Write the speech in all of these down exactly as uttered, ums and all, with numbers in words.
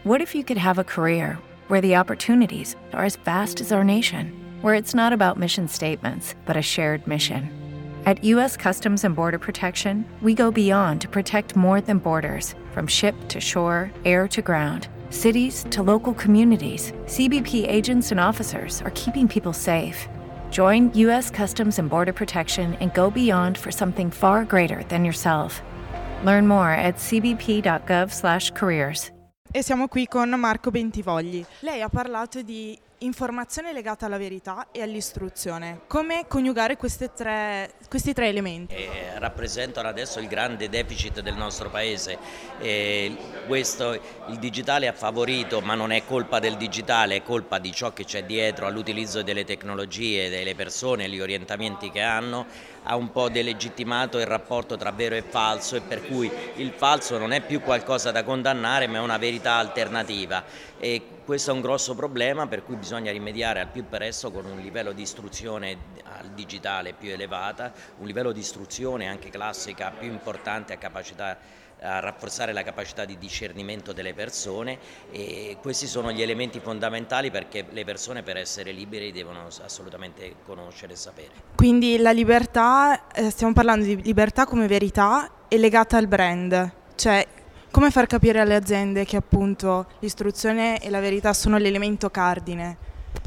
What if you could have a career where the opportunities are as vast as our nation, where it's not about mission statements, but a shared mission? At U S Customs and Border Protection, we go beyond to protect more than borders. From ship to shore, air to ground, cities to local communities, C B P agents and officers are keeping people safe. Join U S Customs and Border Protection and go beyond for something far greater than yourself. Learn more at c b p dot gov slash careers. E siamo qui con Marco Bentivogli. Lei ha parlato di informazione legata alla verità e all'istruzione. Come coniugare queste tre, questi tre elementi? Eh, rappresentano adesso il grande deficit del nostro paese. Eh, questo il digitale ha favorito, ma non è colpa del digitale, è colpa di ciò che c'è dietro all'utilizzo delle tecnologie, delle persone, gli orientamenti che hanno, ha un po' delegittimato il rapporto tra vero e falso, e per cui il falso non è più qualcosa da condannare, ma è una verità alternativa. E questo è un grosso problema, per cui bisogna rimediare al più presto con un livello di istruzione al digitale più elevata, un livello di istruzione anche classica più importante, a capacità a rafforzare la capacità di discernimento delle persone, e questi sono gli elementi fondamentali, perché le persone, per essere libere, devono assolutamente conoscere e sapere. Quindi la libertà, eh, stiamo parlando di libertà come verità, è legata al brand, cioè come far capire alle aziende che appunto l'istruzione e la verità sono l'elemento cardine?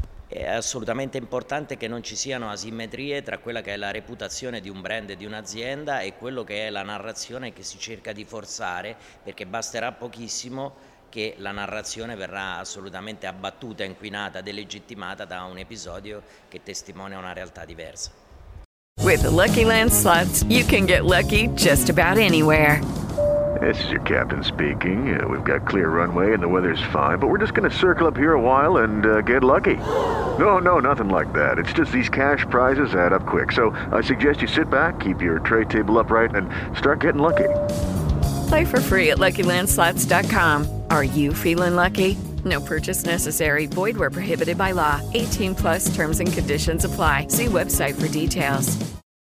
È assolutamente importante che non ci siano asimmetrie tra quella che è la reputazione di un brand e di un'azienda e quello che è la narrazione che si cerca di forzare, perché basterà pochissimo che la narrazione verrà assolutamente abbattuta, inquinata, delegittimata da un episodio che testimonia una realtà diversa. With the Lucky Land Slots, you can get lucky just about anywhere. This is your captain speaking. Uh, we've got clear runway and the weather's fine, but we're just going to circle up here a while and uh, get lucky. No, no, nothing like that. It's just these cash prizes add up quick. So I suggest you sit back, keep your tray table upright, and start getting lucky. Play for free at lucky land slots dot com. Are you feeling lucky? No purchase necessary. Void where prohibited by law. eighteen plus terms and conditions apply. See website for details.